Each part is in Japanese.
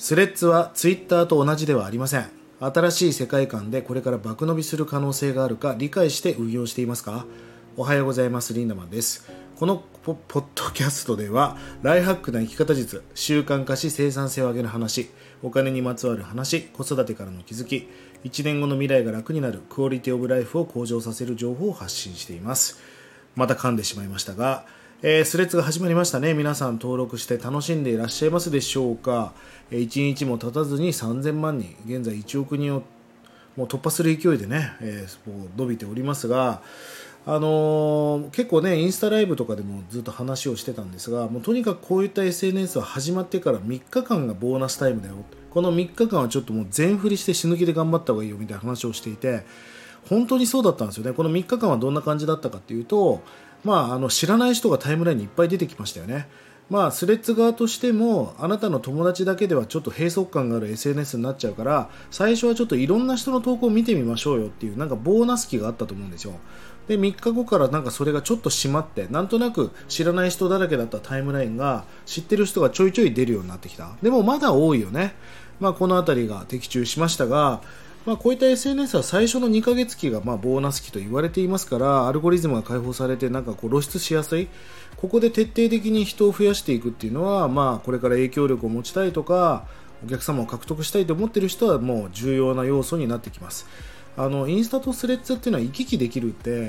スレッズはツイッターと同じではありません。新しい世界観でこれから爆伸びする可能性があるか理解して運用していますか？おはようございます。リンダマンです。このポッドキャストではライフハックな生き方術、習慣化し生産性を上げる話、お金にまつわる話、子育てからの気づき、1年後の未来が楽になるクオリティオブライフを向上させる情報を発信しています。また噛んでしまいましたが、スレッズが始まりましたね。皆さん登録して楽しんでいらっしゃいますでしょうか。1日も経たずに3000万人、現在1億人をもう突破する勢いでね、もう伸びておりますが、結構ねインスタライブとかでもずっと話をしてたんですが、もうとにかくこういった SNS は始まってから3日間がボーナスタイムだよ、この3日間はちょっともう全振りして死ぬ気で頑張った方がいいよみたいな話をしていて、本当にそうだったんですよね。この3日間はどんな感じだったかっていうと、知らない人がタイムラインにいっぱい出てきましたよね。スレッズ側としてもあなたの友達だけではちょっと閉塞感がある SNS になっちゃうから、最初はちょっといろんな人の投稿を見てみましょうよっていうなんかボーナス期があったと思うんですよ。で3日後からなんかそれがちょっと閉まって、なんとなく知らない人だらけだったタイムラインが知ってる人がちょいちょい出るようになってきた。でもまだ多いよね。このあたりが的中しましたが、こういった SNS は最初の2ヶ月期がボーナス期と言われていますから、アルゴリズムが解放されて露出しやすい。ここで徹底的に人を増やしていくっていうのは、これから影響力を持ちたいとかお客様を獲得したいと思っている人はもう重要な要素になってきます。インスタとスレッズっていうのは行き来できるって、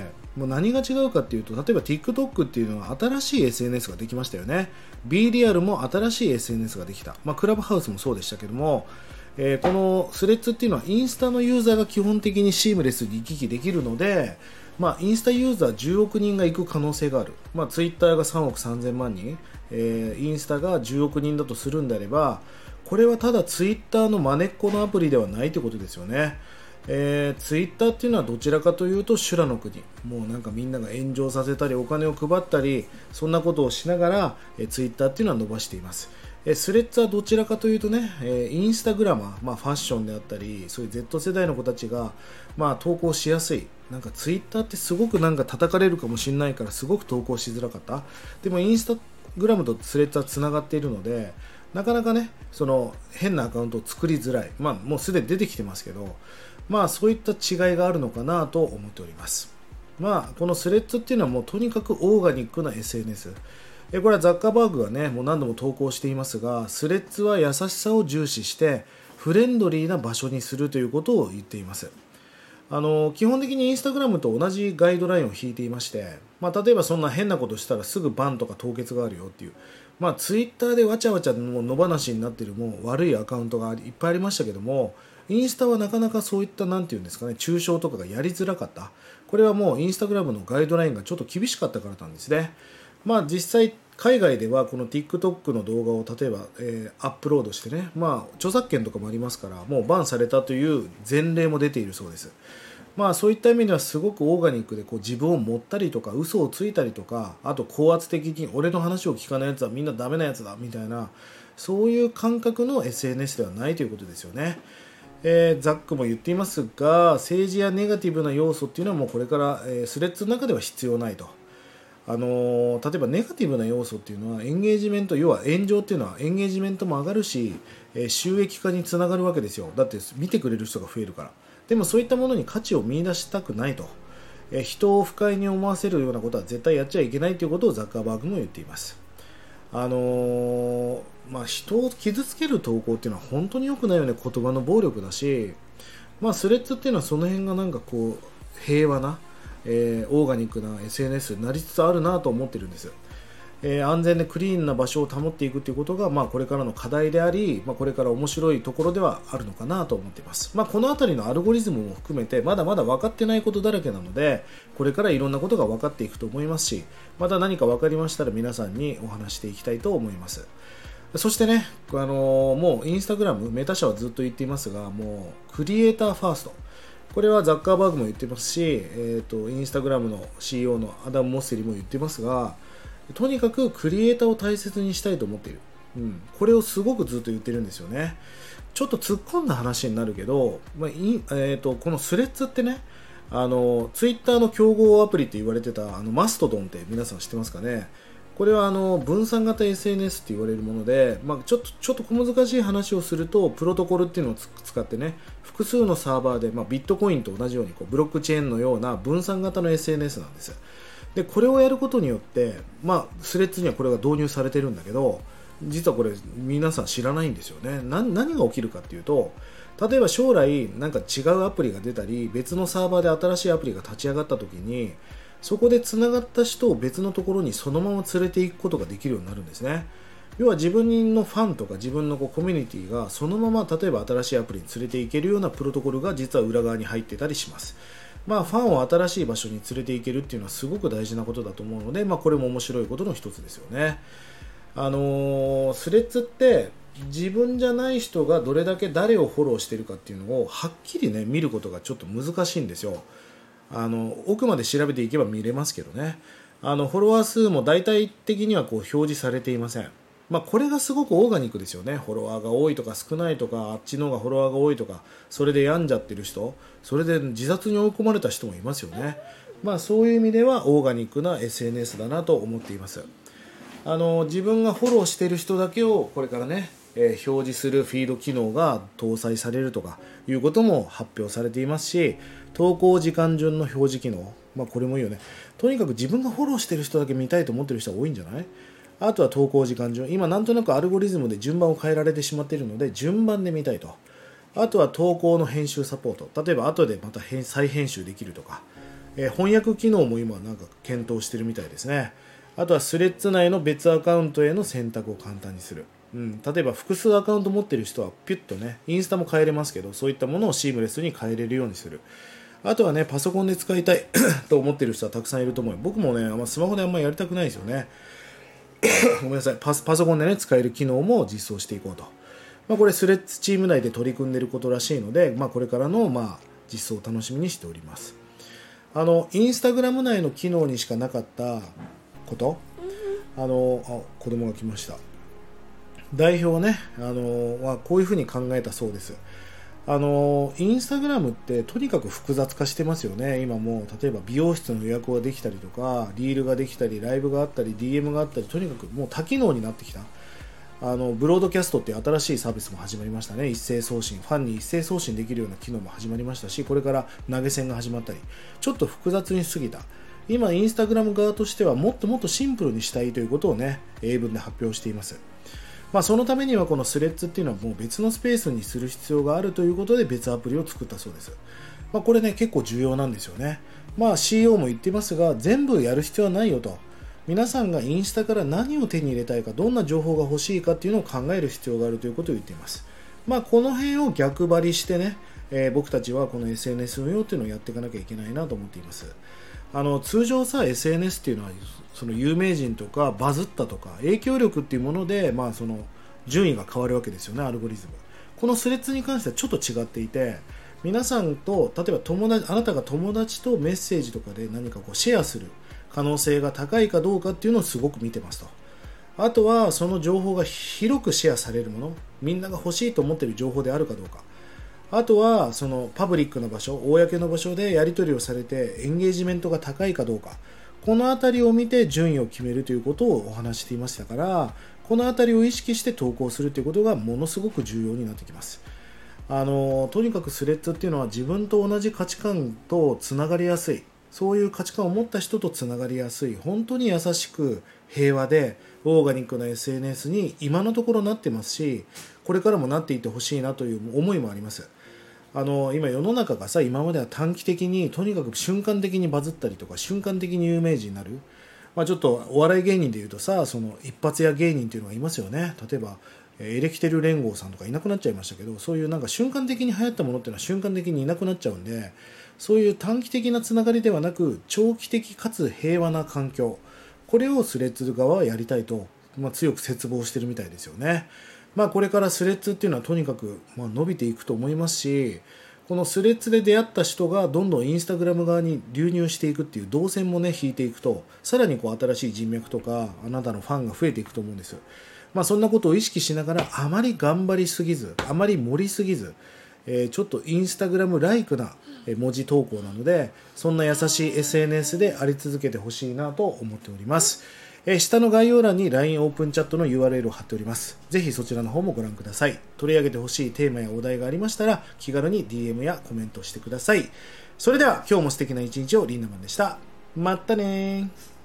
もう何が違うかっていうと、例えば TikTok っていうのは新しい SNS ができましたよね。 B リアルも新しい SNS ができた。クラブハウスもそうでしたけども、このスレッズっていうのはインスタのユーザーが基本的にシームレスに行き来できるので、インスタユーザー10億人が行く可能性がある。ツイッターが3億3000万人、インスタが10億人だとするんであれば、これはただツイッターの真似っこのアプリではないということですよね。ツイッターっていうのはどちらかというと修羅の国、もうなんかみんなが炎上させたりお金を配ったりそんなことをしながら、ツイッターっていうのは伸ばしています。スレッズはどちらかというとね、インスタグラマー、ファッションであったりそういう Z 世代の子たちが、投稿しやすい。なんかツイッターってすごく叩かれるかもしれないからすごく投稿しづらかった。でもインスタグラムとスレッズはつながっているので、なかなかねその変なアカウントを作りづらい。もうすでに出てきてますけど、そういった違いがあるのかなと思っております。このスレッズっていうのはもうとにかくオーガニックな SNS。これはザッカーバーグがねもう何度も投稿していますが、スレッズは優しさを重視してフレンドリーな場所にするということを言っています。基本的にインスタグラムと同じガイドラインを引いていまして、例えばそんな変なことしたらすぐバンとか凍結があるよっていう、ツイッターでわちゃわちゃの野放しになっているもう悪いアカウントがいっぱいありましたけども、インスタはなかなかそういったなんていうんですかね、中傷とかがやりづらかった。これはもうインスタグラムのガイドラインがちょっと厳しかったからなんですね。実際海外ではこの TikTok の動画を例えば、アップロードしてね、著作権とかもありますからもうバンされたという前例も出ているそうです。そういった意味ではすごくオーガニックでこう自分を持ったりとか嘘をついたりとか、あと高圧的に俺の話を聞かないやつはみんなダメなやつだみたいな、そういう感覚の SNS ではないということですよね。ザックも言っていますが、政治やネガティブな要素っていうのはもうこれから、スレッズの中では必要ないと。例えばネガティブな要素っていうのはエンゲージメント、要は炎上っていうのはエンゲージメントも上がるし、収益化につながるわけですよ。だって見てくれる人が増えるから。でもそういったものに価値を見出したくないと、人を不快に思わせるようなことは絶対やっちゃいけないということをザッカーバーグも言っています。人を傷つける投稿っていうのは本当に良くないよね。言葉の暴力だし、スレッズっていうのはその辺が平和な、オーガニックな SNS になりつつあるなと思ってるんです。安全でクリーンな場所を保っていくということが、これからの課題であり、これから面白いところではあるのかなと思っています。このあたりのアルゴリズムも含めてまだまだ分かってないことだらけなので、これからいろんなことが分かっていくと思いますし、また何か分かりましたら皆さんにお話していきたいと思います。そしてね、もうインスタグラム、メタ社はずっと言っていますが、もうクリエイターファースト。これはザッカーバーグも言ってますし、インスタグラムの CEO のアダム・モッセリも言ってますが、とにかくクリエイターを大切にしたいと思っている。これをすごくずっと言ってるんですよね。ちょっと突っ込んだ話になるけど、このスレッズってね、ツイッターの競合アプリって言われてたマストドンって皆さん知ってますかね。 これは分散型 SNS って言われるもので、ちょっと小難しい話をすると、プロトコルっていうのを使ってね、複数のサーバーで、ビットコインと同じようにブロックチェーンのような分散型の SNS なんです。でこれをやることによって、スレッズにはこれが導入されてるんだけど、実はこれ皆さん知らないんですよね。何が起きるかっていうと、例えば将来なんか違うアプリが出たり、別のサーバーで新しいアプリが立ち上がった時に、そこでつながった人を別のところにそのまま連れていくことができるようになるんですね。要は自分のファンとか自分のコミュニティがそのまま例えば新しいアプリに連れていけるようなプロトコルが実は裏側に入ってたりします。ファンを新しい場所に連れていけるっていうのはすごく大事なことだと思うので、これも面白いことの一つですよね。スレッズって自分じゃない人がどれだけ誰をフォローしているかっていうのをはっきりね見ることがちょっと難しいんですよ。奥まで調べていけば見れますけどね、フォロワー数も大体的には表示されていません。これがすごくオーガニックですよね。フォロワーが多いとか少ないとか、あっちの方がフォロワーが多いとか、それで病んじゃってる人、それで自殺に追い込まれた人もいますよね。そういう意味ではオーガニックな SNS だなと思っています。自分がフォローしている人だけをこれからね、表示するフィード機能が搭載されるとかいうことも発表されていますし、投稿時間順の表示機能、これもいいよね。とにかく自分がフォローしている人だけ見たいと思っている人は多いんじゃない？あとは投稿時間順、今なんとなくアルゴリズムで順番を変えられてしまっているので順番で見たいと。あとは投稿の編集サポート、例えば後でまた再編集できるとか、翻訳機能も今なんか検討しているみたいですね。あとはスレッズ内の別アカウントへの選択を簡単にする。例えば複数アカウント持っている人はピュッとね、インスタも変えれますけど、そういったものをシームレスに変えれるようにする。あとはね、パソコンで使いたいと思っている人はたくさんいると思う。僕もね、スマホであんまりやりたくないですよね。ごめんなさい。パソコンでね、使える機能も実装していこうと。これスレッズチーム内で取り組んでいることらしいので、これからの実装を楽しみにしております。インスタグラム内の機能にしかなかったこと、子供が来ました。代表ね、はこういうふうに考えたそうです。インスタグラムってとにかく複雑化してますよね。今もう例えば美容室の予約ができたりとか、リールができたり、ライブがあったり、DM があったり、とにかくもう多機能になってきた。ブロードキャストっていう新しいサービスも始まりましたね。一斉送信、ファンに一斉送信できるような機能も始まりましたし、これから投げ銭が始まったり、ちょっと複雑にしすぎた。今インスタグラム側としてはもっともっとシンプルにしたいということをね、英文で発表しています。そのためにはこのスレッズっていうのはもう別のスペースにする必要があるということで別アプリを作ったそうです。これね結構重要なんですよね。CEO も言ってますが、全部やる必要はないよと。皆さんがインスタから何を手に入れたいか、どんな情報が欲しいかっていうのを考える必要があるということを言っています。この辺を逆張りしてね、僕たちはこの SNS 運用っていうのをやっていかなきゃいけないなと思っています。通常さ SNS っていうのはその有名人とかバズったとか影響力っていうもので、その順位が変わるわけですよね、アルゴリズム。このスレッズに関してはちょっと違っていて、皆さんと例えばあなたが友達とメッセージとかで何かシェアする可能性が高いかどうかっていうのをすごく見てますと。あとはその情報が広くシェアされるもの、みんなが欲しいと思っている情報であるかどうか。あとはそのパブリックな場所、公の場所でやり取りをされてエンゲージメントが高いかどうか、このあたりを見て順位を決めるということをお話していましたから、このあたりを意識して投稿するということがものすごく重要になってきます。とにかくスレッズっていうのは自分と同じ価値観とつながりやすい、そういう価値観を持った人とつながりやすい、本当に優しく平和でオーガニックな SNS に今のところなってますし、これからもなっていってほしいなという思いもあります。今世の中がさ、今までは短期的にとにかく瞬間的にバズったりとか瞬間的に有名人になる、ちょっとお笑い芸人でいうとさ、その一発屋芸人っていうのがいますよね。例えばエレキテル連合さんとかいなくなっちゃいましたけど、そういうなんか瞬間的に流行ったものっていうのは瞬間的にいなくなっちゃうんで、そういう短期的なつながりではなく長期的かつ平和な環境、これをスレッズ側はやりたいと、強く切望してるみたいですよね。これからスレッズっていうのはとにかく伸びていくと思いますし、このスレッズで出会った人がどんどんインスタグラム側に流入していくっていう動線もね引いていくと、さらに新しい人脈とかあなたのファンが増えていくと思うんです。そんなことを意識しながら、あまり頑張りすぎず、あまり盛りすぎず、ちょっとインスタグラムライクな文字投稿なので、そんな優しい SNS であり続けてほしいなと思っております。 下の概要欄に LINE オープンチャットの URL を貼っております。ぜひそちらの方もご覧ください。取り上げてほしいテーマやお題がありましたら気軽に DM やコメントしてください。それでは今日も素敵な一日をリンダマンでした。またねー。